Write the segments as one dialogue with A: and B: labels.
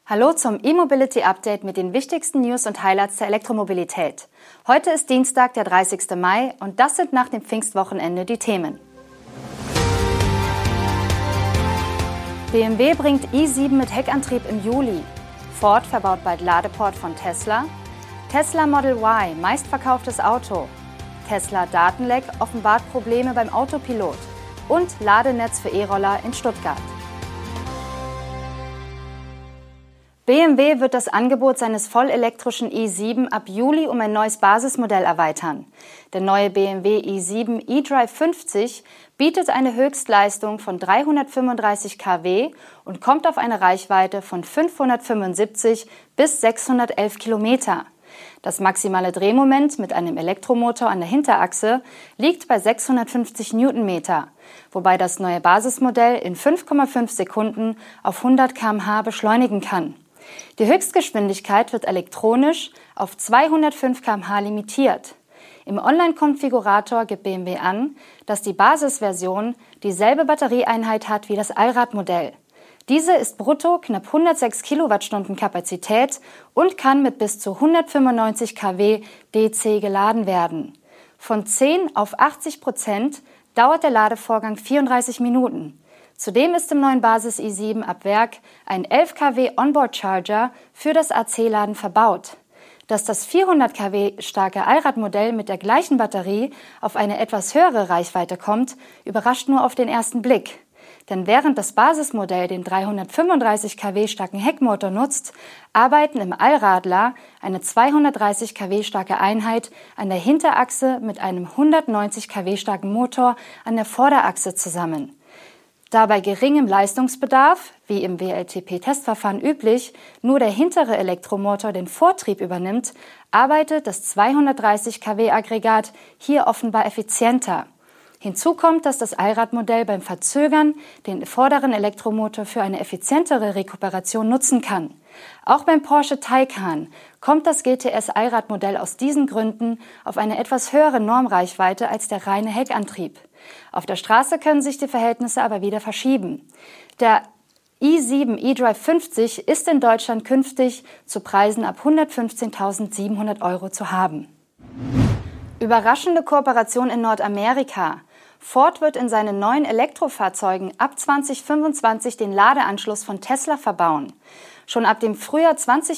A: Hallo zum E-Mobility Update mit den wichtigsten News und Highlights der Elektromobilität. Heute ist Dienstag, der 30. Mai und das sind nach dem Pfingstwochenende die Themen. BMW bringt i7 mit Heckantrieb im Juli. Ford verbaut bald Ladeport von Tesla. Tesla Model Y, meistverkauftes Auto. Tesla Datenleck offenbart Probleme beim Autopilot. Und Ladenetz für E-Roller in Stuttgart. BMW wird das Angebot seines vollelektrischen i7 ab Juli um ein neues Basismodell erweitern. Der neue BMW i7 eDrive 50 bietet eine Höchstleistung von 335 kW und kommt auf eine Reichweite von 575 bis 611 Kilometer. Das maximale Drehmoment mit einem Elektromotor an der Hinterachse liegt bei 650 Newtonmeter, wobei das neue Basismodell in 5,5 Sekunden auf 100 km/h beschleunigen kann. Die Höchstgeschwindigkeit wird elektronisch auf 205 km/h limitiert. Im Online-Konfigurator gibt BMW an, dass die Basisversion dieselbe Batterieeinheit hat wie das Allradmodell. Diese ist brutto knapp 106 Kilowattstunden Kapazität und kann mit bis zu 195 kW DC geladen werden. Von 10 auf 80% dauert der Ladevorgang 34 Minuten. Zudem ist im neuen Basis i7 ab Werk ein 11 kW Onboard-Charger für das AC-Laden verbaut. Dass das 400 kW starke Allradmodell mit der gleichen Batterie auf eine etwas höhere Reichweite kommt, überrascht nur auf den ersten Blick. Denn während das Basismodell den 335 kW starken Heckmotor nutzt, arbeiten im Allradler eine 230 kW starke Einheit an der Hinterachse mit einem 190 kW starken Motor an der Vorderachse zusammen. Da bei geringem Leistungsbedarf, wie im WLTP-Testverfahren üblich, nur der hintere Elektromotor den Vortrieb übernimmt, arbeitet das 230 kW-Aggregat hier offenbar effizienter. Hinzu kommt, dass das Allradmodell beim Verzögern den vorderen Elektromotor für eine effizientere Rekuperation nutzen kann. Auch beim Porsche Taycan kommt das GTS-Allradmodell aus diesen Gründen auf eine etwas höhere Normreichweite als der reine Heckantrieb. Auf der Straße können sich die Verhältnisse aber wieder verschieben. Der i7 eDrive 50 ist in Deutschland künftig zu Preisen ab 115.700 € zu haben. Überraschende Kooperation in Nordamerika. Ford wird in seinen neuen Elektrofahrzeugen ab 2025 den Ladeanschluss von Tesla verbauen. Schon ab dem Frühjahr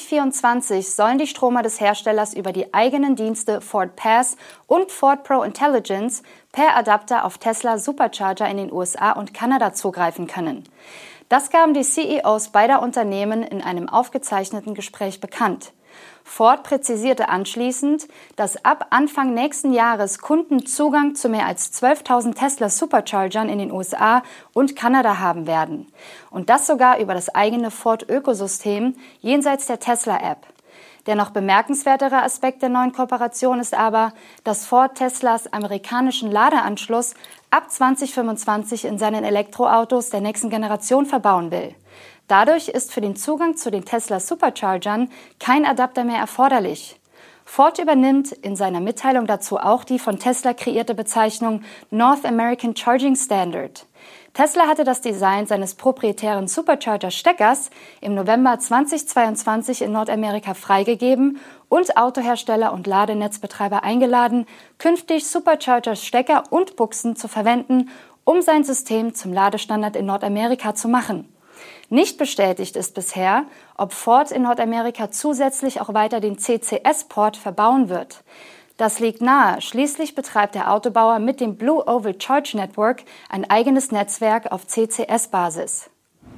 A: 2024 sollen die Stromer des Herstellers über die eigenen Dienste Ford Pass und Ford Pro Intelligence per Adapter auf Tesla Supercharger in den USA und Kanada zugreifen können. Das gaben die CEOs beider Unternehmen in einem aufgezeichneten Gespräch bekannt. Ford präzisierte anschließend, dass ab Anfang nächsten Jahres Kunden Zugang zu mehr als 12.000 Tesla Superchargern in den USA und Kanada haben werden. Und das sogar über das eigene Ford-Ökosystem jenseits der Tesla-App. Der noch bemerkenswertere Aspekt der neuen Kooperation ist aber, dass Ford Teslas amerikanischen Ladeanschluss ab 2025 in seinen Elektroautos der nächsten Generation verbauen will. Dadurch ist für den Zugang zu den Tesla Superchargern kein Adapter mehr erforderlich. Ford übernimmt in seiner Mitteilung dazu auch die von Tesla kreierte Bezeichnung North American Charging Standard. Tesla hatte das Design seines proprietären Supercharger-Steckers im November 2022 in Nordamerika freigegeben und Autohersteller und Ladenetzbetreiber eingeladen, künftig Supercharger-Stecker und Buchsen zu verwenden, um sein System zum Ladestandard in Nordamerika zu machen. Nicht bestätigt ist bisher, ob Ford in Nordamerika zusätzlich auch weiter den CCS-Port verbauen wird. Das liegt nahe, schließlich betreibt der Autobauer mit dem Blue Oval Charge Network ein eigenes Netzwerk auf CCS-Basis.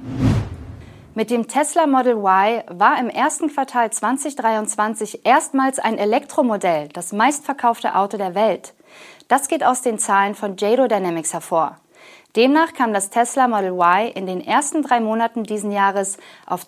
A: Mit dem Tesla Model Y war im ersten Quartal 2023 erstmals ein Elektromodell das meistverkaufte Auto der Welt. Das geht aus den Zahlen von JADO Dynamics hervor. Demnach kam das Tesla Model Y in den ersten 3 Monaten diesen Jahres auf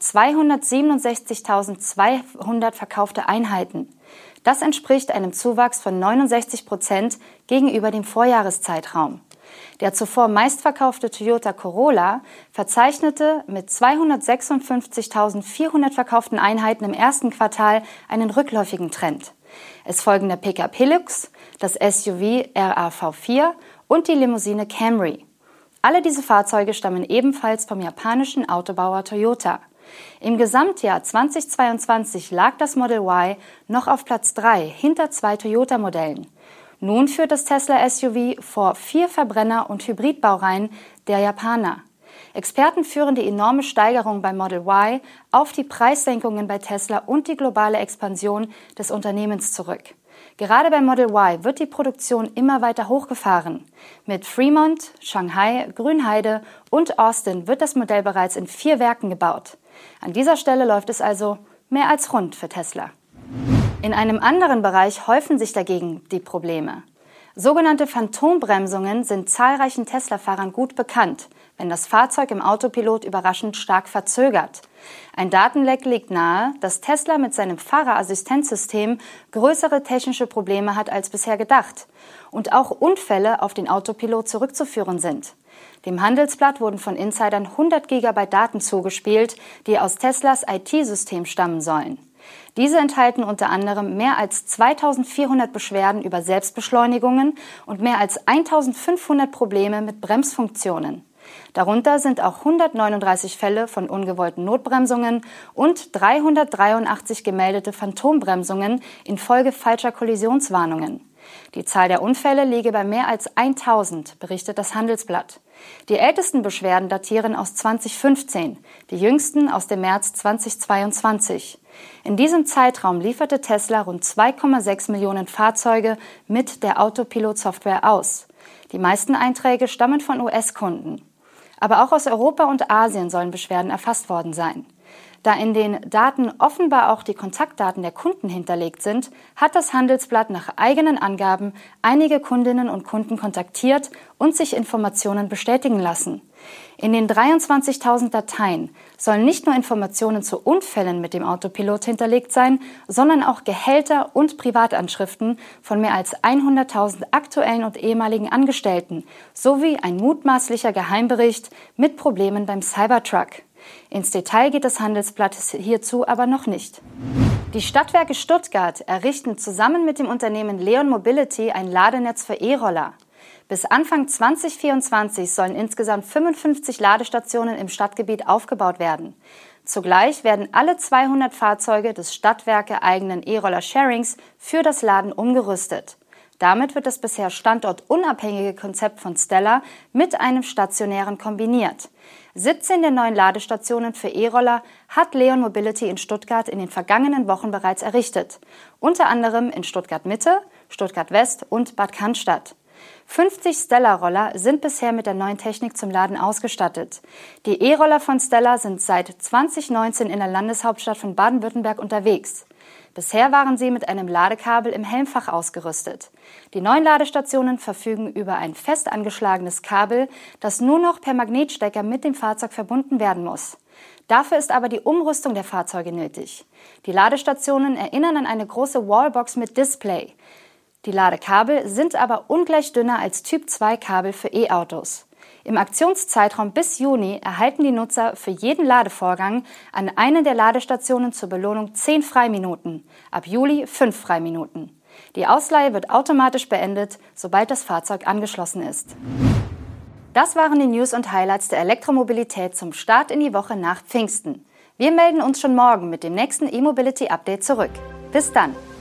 A: 267.200 verkaufte Einheiten. Das entspricht einem Zuwachs von 69% gegenüber dem Vorjahreszeitraum. Der zuvor meistverkaufte Toyota Corolla verzeichnete mit 256.400 verkauften Einheiten im ersten Quartal einen rückläufigen Trend. Es folgen der Pickup Hilux, das SUV RAV4 und die Limousine Camry. Alle diese Fahrzeuge stammen ebenfalls vom japanischen Autobauer Toyota. Im Gesamtjahr 2022 lag das Model Y noch auf Platz 3 hinter 2 Toyota-Modellen. Nun führt das Tesla-SUV vor 4 Verbrenner- und Hybridbaureihen der Japaner. Experten führen die enorme Steigerung beim Model Y auf die Preissenkungen bei Tesla und die globale Expansion des Unternehmens zurück. Gerade beim Model Y wird die Produktion immer weiter hochgefahren. Mit Fremont, Shanghai, Grünheide und Austin wird das Modell bereits in 4 Werken gebaut. An dieser Stelle läuft es also mehr als rund für Tesla. In einem anderen Bereich häufen sich dagegen die Probleme. Sogenannte Phantombremsungen sind zahlreichen Tesla-Fahrern gut bekannt, wenn das Fahrzeug im Autopilot überraschend stark verzögert. Ein Datenleck legt nahe, dass Tesla mit seinem Fahrerassistenzsystem größere technische Probleme hat als bisher gedacht und auch Unfälle auf den Autopilot zurückzuführen sind. Dem Handelsblatt wurden von Insidern 100 GB Daten zugespielt, die aus Teslas IT-System stammen sollen. Diese enthalten unter anderem mehr als 2400 Beschwerden über Selbstbeschleunigungen und mehr als 1500 Probleme mit Bremsfunktionen. Darunter sind auch 139 Fälle von ungewollten Notbremsungen und 383 gemeldete Phantombremsungen infolge falscher Kollisionswarnungen. Die Zahl der Unfälle liege bei mehr als 1000, berichtet das Handelsblatt. Die ältesten Beschwerden datieren aus 2015, die jüngsten aus dem März 2022. In diesem Zeitraum lieferte Tesla rund 2,6 Millionen Fahrzeuge mit der Autopilot-Software aus. Die meisten Einträge stammen von US-Kunden. Aber auch aus Europa und Asien sollen Beschwerden erfasst worden sein. Da in den Daten offenbar auch die Kontaktdaten der Kunden hinterlegt sind, hat das Handelsblatt nach eigenen Angaben einige Kundinnen und Kunden kontaktiert und sich Informationen bestätigen lassen. In den 23.000 Dateien sollen nicht nur Informationen zu Unfällen mit dem Autopilot hinterlegt sein, sondern auch Gehälter und Privatanschriften von mehr als 100.000 aktuellen und ehemaligen Angestellten sowie ein mutmaßlicher Geheimbericht mit Problemen beim Cybertruck. Ins Detail geht das Handelsblatt hierzu aber noch nicht. Die Stadtwerke Stuttgart errichten zusammen mit dem Unternehmen Leon Mobility ein Ladenetz für E-Roller. Bis Anfang 2024 sollen insgesamt 55 Ladestationen im Stadtgebiet aufgebaut werden. Zugleich werden alle 200 Fahrzeuge des Stadtwerke-eigenen E-Roller-Sharings für das Laden umgerüstet. Damit wird das bisher standortunabhängige Konzept von Stella mit einem stationären kombiniert. 17 der neuen Ladestationen für E-Roller hat Leon Mobility in Stuttgart in den vergangenen Wochen bereits errichtet. Unter anderem in Stuttgart Mitte, Stuttgart West und Bad Cannstatt. 50 Stella-Roller sind bisher mit der neuen Technik zum Laden ausgestattet. Die E-Roller von Stella sind seit 2019 in der Landeshauptstadt von Baden-Württemberg unterwegs. Bisher waren sie mit einem Ladekabel im Helmfach ausgerüstet. Die neuen Ladestationen verfügen über ein fest angeschlagenes Kabel, das nur noch per Magnetstecker mit dem Fahrzeug verbunden werden muss. Dafür ist aber die Umrüstung der Fahrzeuge nötig. Die Ladestationen erinnern an eine große Wallbox mit Display. Die Ladekabel sind aber ungleich dünner als Typ-2-Kabel für E-Autos. Im Aktionszeitraum bis Juni erhalten die Nutzer für jeden Ladevorgang an einer der Ladestationen zur Belohnung 10 Freiminuten, ab Juli 5 Freiminuten. Die Ausleihe wird automatisch beendet, sobald das Fahrzeug angeschlossen ist. Das waren die News und Highlights der Elektromobilität zum Start in die Woche nach Pfingsten. Wir melden uns schon morgen mit dem nächsten E-Mobility-Update zurück. Bis dann!